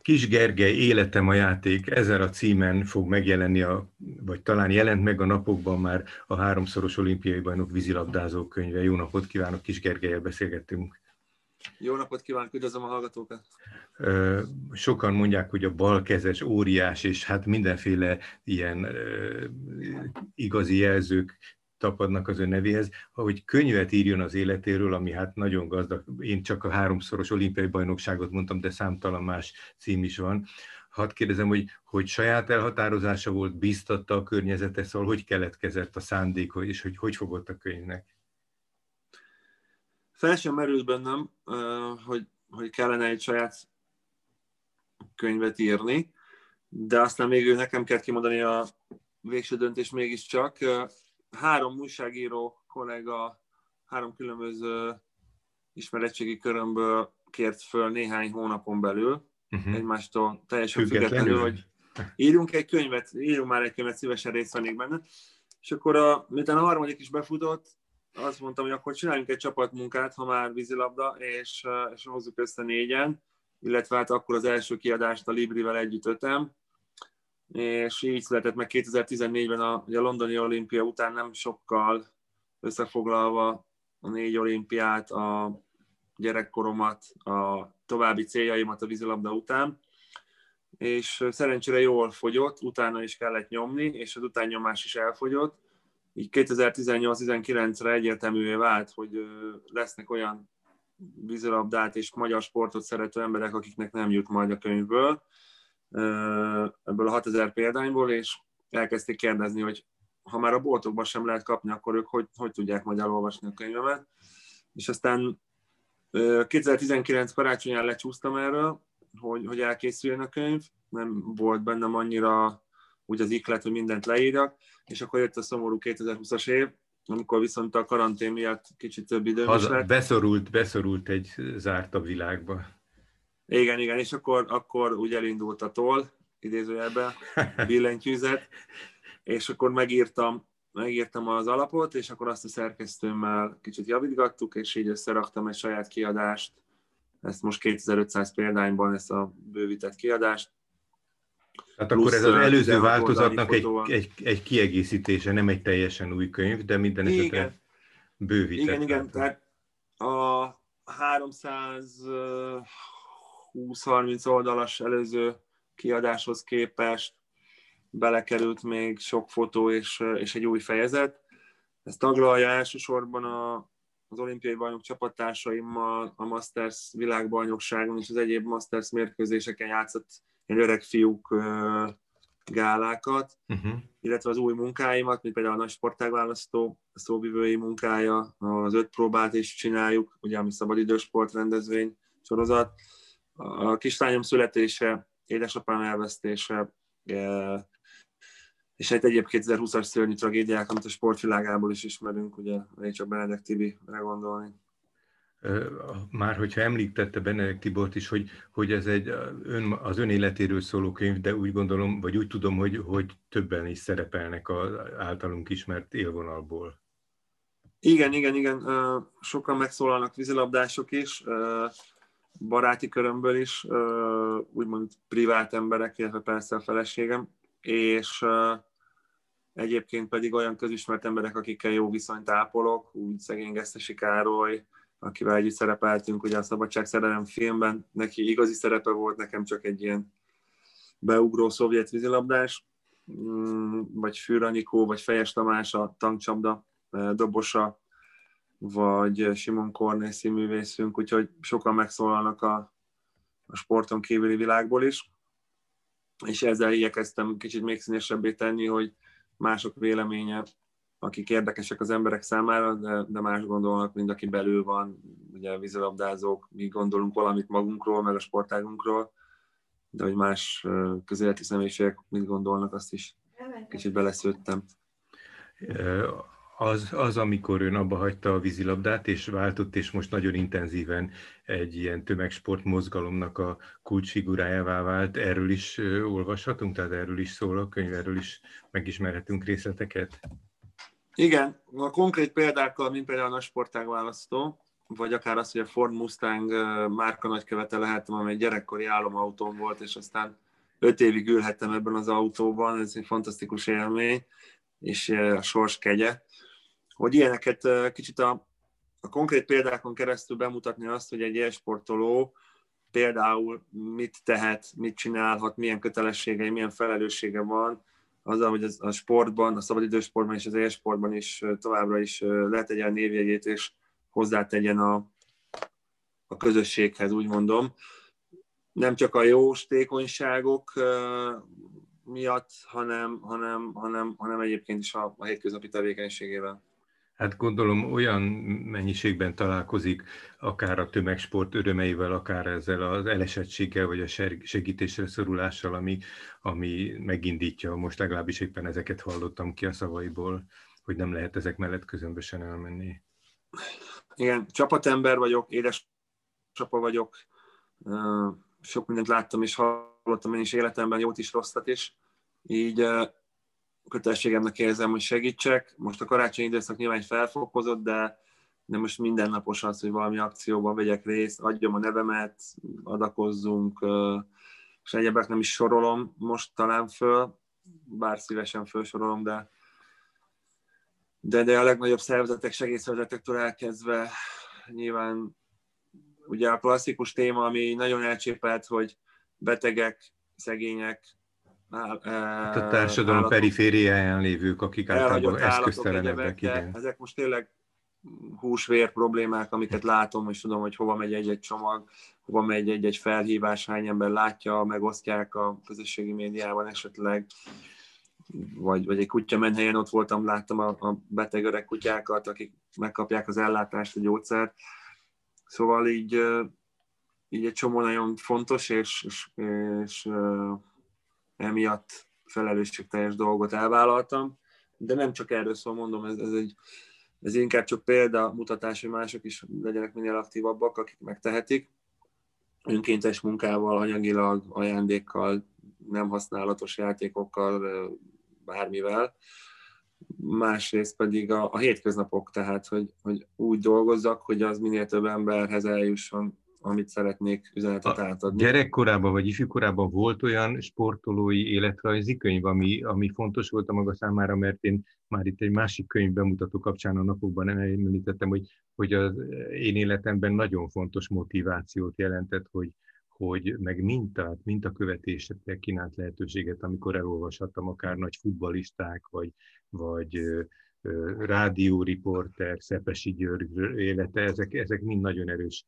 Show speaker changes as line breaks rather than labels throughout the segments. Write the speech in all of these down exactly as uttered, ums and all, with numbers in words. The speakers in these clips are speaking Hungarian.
Kis Gergely, Életem a játék, ezen a címen fog megjelenni, a, vagy talán jelent meg a napokban már a háromszoros olimpiai bajnok vízilabdázó könyve. Jó napot kívánok, Kis Gergellyel beszélgettünk.
Jó napot kívánok, üdvözlöm a hallgatókat!
Sokan mondják, hogy a balkezes óriás, és hát mindenféle ilyen igazi jelzők tapadnak az ön nevéhez, ahogy könyvet írjon az életéről, ami hát nagyon gazdag, én csak a háromszoros olimpiai bajnokságot mondtam, de számtalan más cím is van. Hadd kérdezem, hogy, hogy saját elhatározása volt, bíztatta a környezete, szóval hogy keletkezett a szándék, és hogy hogy fogott a könyvnek?
Fel sem merült bennem, hogy, hogy kellene egy saját könyvet írni, de aztán még ő nekem kellett kimondani a végső döntés mégiscsak. Három újságíró kollega, három különböző ismeretségi körömből kért föl néhány hónapon belül, uh-huh. egymástól teljesen függetlenül, hogy írjunk egy könyvet, írjunk már egy könyvet, szívesen részt vennék benne. És akkor a, miután a harmadik is befutott, azt mondtam, hogy akkor csináljunk egy csapatmunkát, ha már vízilabda, és, és hozzuk össze négyen, illetve hát akkor az első kiadást a Librivel együtt ötem, és így született meg kétezer-tizennégyben a, a londoni olimpia után nem sokkal összefoglalva a négy olimpiát, a gyerekkoromat, a további céljaimat a vízilabda után, és szerencsére jól fogyott, utána is kellett nyomni, és az utánnyomás is elfogyott. Így kétezer-tizennyolc-tizenkilencre egyértelművé vált, hogy lesznek olyan vízilabdát és magyar sportot szerető emberek, akiknek nem jut majd a könyvből, ebből a hatezer példányból, és elkezdték kérdezni, hogy ha már a boltokban sem lehet kapni, akkor ők hogy, hogy tudják majd elolvasni a könyvemet. És aztán kétezer-tizenkilenc karácsonyán lecsúsztam erről, hogy, hogy elkészüljön a könyv, nem volt bennem annyira úgy az iklet, hogy mindent leírjak, és akkor jött a szomorú kétezer-húszas év, amikor viszont a karantén miatt kicsit több időm is lett.
Beszorult, beszorult egy zártabb világba.
Igen, igen, és akkor, akkor úgy elindult a toll, idézőjelben, billentyűzet, és akkor megírtam, megírtam az alapot, és akkor azt a szerkesztőmmel kicsit javítgattuk, és így összeraktam egy saját kiadást, ezt most kétezer-ötszáz példányban, ezt a bővített kiadást.
Hát akkor ez az előző változatnak egy, egy, egy kiegészítése, nem egy teljesen új könyv, de minden esetre bővített.
Igen, igen, tehát a háromszázhúsz-harminc oldalas előző kiadáshoz képest belekerült még sok fotó és, és egy új fejezet. Ez taglalja elsősorban a, az olimpiai bajnok csapattársaimmal a Masters világbajnokságon és az egyéb Masters mérkőzéseken játszott egy öreg fiúk uh, gálákat, uh-huh. illetve az új munkáimat, mint például a nagy sportágválasztó szóvivői munkája, az öt próbát is csináljuk, ugye ami szabadidős sportrendezvény sorozat. A kislányom születése, édesapám elvesztése, és egy egyéb kétezer-húszas szörnyű tragédiák, amit a sportvilágából is ismerünk, ugye csak Benedek Tibire gondolni.
Már hogyha említette Benedek Tibort is, hogy, hogy ez egy ön, az ön életéről szóló könyv, de úgy gondolom, vagy úgy tudom, hogy, hogy többen is szerepelnek az általunk ismert élvonalból.
Igen, igen, igen. Sokan megszólalnak vízilabdások is, baráti körömből is, úgymond privát emberek, illetve persze a feleségem, és egyébként pedig olyan közismert emberek, akikkel jó viszonyt ápolok, úgy szegény Gesztesi Károly, akivel együtt szerepeltünk ugye a Szabadságszerelem filmben, neki igazi szerepe volt, nekem csak egy ilyen beugró szovjet vízilabdás, vagy Fűr Anikó, vagy Fejes Tamás a tankcsapda dobosa, vagy Simon Kornél színművészünk, úgyhogy sokan megszólalnak a, a sporton kívüli világból is, és ezzel igyekeztem kicsit még színesebbé tenni, hogy mások véleménye, akik érdekesek az emberek számára, de, de más gondolnak, mint aki belül van, ugye vízilabdázók, mi gondolunk valamit magunkról, meg a sportágunkról, de hogy más közéleti személyiségek mit gondolnak, azt is kicsit beleszőttem.
Az, az, amikor ön abba hagyta a vízilabdát, és váltott, és most nagyon intenzíven egy ilyen tömegsport mozgalomnak a kulcsfigurájává vált, erről is olvashatunk, tehát erről is szól a könyv, erről is megismerhetünk részleteket?
Igen, a konkrét példákkal, mint például a nagy sportágválasztó, vagy akár az, hogy a Ford Mustang márka nagykövete lehettem, amely gyerekkori álomautóm volt, és aztán öt évig ülhettem ebben az autóban, ez egy fantasztikus élmény, és a sors kegye. Hogy ilyeneket kicsit a, a konkrét példákon keresztül bemutatni azt, hogy egy élsportoló például mit tehet, mit csinálhat, milyen kötelességei, milyen felelőssége van, azzal, hogy a sportban, a szabadidősportban és az élsportban is továbbra is letegyen a névjegyét, és hozzátegyen a, a közösséghez, úgy mondom. Nem csak a jó stékonyságok miatt, hanem, hanem, hanem, hanem egyébként is a, a hétköznapi tevékenységével.
Hát gondolom olyan mennyiségben találkozik akár a tömegsport örömeivel, akár ezzel az elesettséggel, vagy a segítésre szorulással, ami, ami megindítja, most legalábbis éppen ezeket hallottam ki a szavaiból, hogy nem lehet ezek mellett közömbösen elmenni.
Igen, csapatember vagyok, édesapa vagyok, sok mindent láttam és hallottam én is életemben, jót is, rosszat is, így kötelességemnek érzem, hogy segítsek. Most a karácsonyi időszak nyilván felfokozott, de, de most mindennapos az, hogy valami akcióban vegyek részt, adjam a nevemet, adakozzunk, és egyebek nem is sorolom most talán föl, bár szívesen fölsorolom, de, de, de a legnagyobb szervezetek, segélyszervezetektől elkezdve nyilván ugye a klasszikus téma, ami nagyon elcsépelt, hogy betegek, szegények,
hát a társadalom állatok, perifériáján lévők, akik általában eszköztelenebbek. Igen.
Ezek most tényleg húsvér problémák, amiket látom, és tudom, hogy hova megy egy-egy csomag, hova megy egy-egy felhívás, hány ember látja, megosztják a közösségi médiában esetleg, vagy, vagy egy kutyamenhelyen ott voltam, láttam a, a beteg öreg kutyákat, akik megkapják az ellátást, a gyógyszert. Szóval így, így egy csomó nagyon fontos, és, és, és emiatt felelősségteljes dolgot elvállaltam, de nem csak erről szól, mondom, ez, ez, egy, ez inkább csak példamutatás, hogy mások is legyenek minél aktívabbak, akik megtehetik, önkéntes munkával, anyagilag, ajándékkal, nem használatos játékokkal, bármivel. Másrészt pedig a, a hétköznapok, tehát, hogy, hogy úgy dolgozzak, hogy az minél több emberhez eljusson, amit szeretnék üzenetet átadni.
Gyerekkorában vagy ifjúkorában volt olyan sportolói életrajzi könyv, ami, ami fontos volt a maga számára, mert én már itt egy másik könyv bemutató kapcsán a napokban említettem, hogy, hogy az én életemben nagyon fontos motivációt jelentett, hogy, hogy meg mintát, mintakövetésre kínált lehetőséget, amikor elolvashattam akár nagy futballisták, vagy, vagy rádióriporter, Szepesi György élete, ezek, ezek mind nagyon erős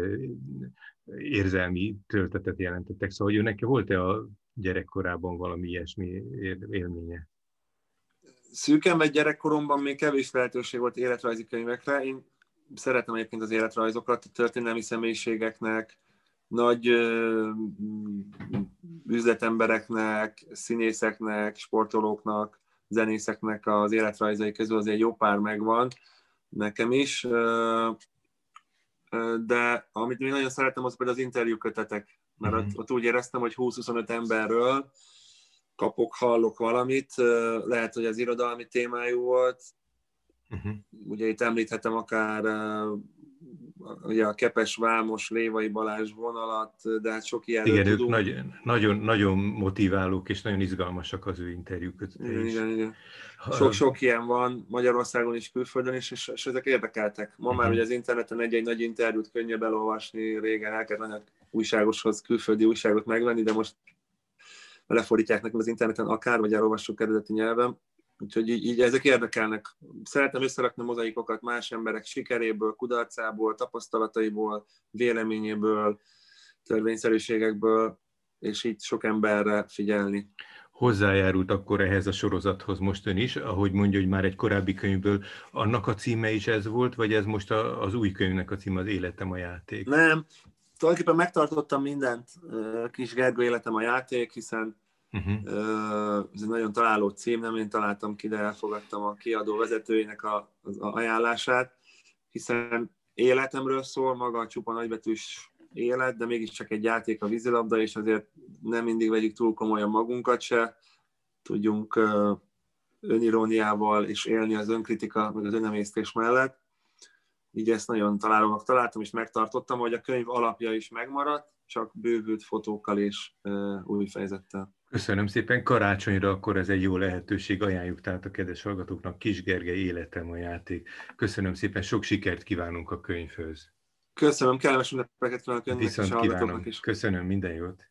érzelmi töltetet jelentettek. Szóval, hogy neki volt-e a gyerekkorában valami ilyesmi élménye?
Szűken vagy gyerekkoromban még kevés lehetőség volt életrajzi könyvekre. Én szeretem egyébként az életrajzokat, a történelmi személyiségeknek, nagy ö, üzletembereknek, színészeknek, sportolóknak, zenészeknek az életrajzai közül azért jó pár megvan nekem is. De amit még nagyon szeretem, az például az interjúkötetek, mert uh-huh. ott, ott úgy éreztem, hogy húsz-huszonöt emberről kapok, hallok valamit, lehet, hogy az irodalmi témájú volt, uh-huh. ugye itt említhetem akár ugye a Kepes, Vámos, Lévai Balázs vonalat, de hát sok ilyenről
igen,
tudunk.
Ők nagy, nagyon, nagyon motiválók és nagyon izgalmasak az ő interjúk.
Igen, igen, igen. Sok-sok ilyen van Magyarországon is, külföldön is, és, és ezek érdekeltek. Ma uh-huh. már ugye az interneten egy-egy nagy interjút könnyebb elolvasni, régen el kellett menni újságoshoz külföldi újságot megvenni, de most lefordítják nekem az interneten akár, vagy elolvassuk eredeti nyelven. Úgyhogy így, így ezek érdekelnek. Szeretem összerakni mozaikokat más emberek sikeréből, kudarcából, tapasztalataiból, véleményéből, törvényszerűségekből, és így sok emberre figyelni.
Hozzájárult akkor ehhez a sorozathoz most ön is, ahogy mondja, hogy már egy korábbi könyvből. Annak a címe is ez volt, vagy ez most a, az új könyvnek a címe, az Életem a játék?
Nem, tulajdonképpen megtartottam mindent. Kis Gergő Életem a játék, hiszen uh-huh. ez egy nagyon találó cím, nem én találtam ki, de elfogadtam a kiadó vezetőjének a, az ajánlását, hiszen életemről szól maga a csupa nagybetűs élet, de mégiscsak egy játék a vízilabda, és azért nem mindig vegyük túl komolyan magunkat se, tudjunk öniróniával és élni az önkritika, meg az önemésztés mellett. így ezt nagyon találónak találtam, és megtartottam, hogy a könyv alapja is megmaradt, csak bővült fotókkal és uh, új fejezettel.
Köszönöm szépen, karácsonyra akkor ez egy jó lehetőség, ajánljuk tehát a kedves hallgatóknak, Kiss Gergely Életem a játék. Köszönöm szépen, sok sikert kívánunk a könyvhöz.
Köszönöm, kellemes ünnepeket kívánok önnek és a hallgatóknak is.
Köszönöm, minden jót.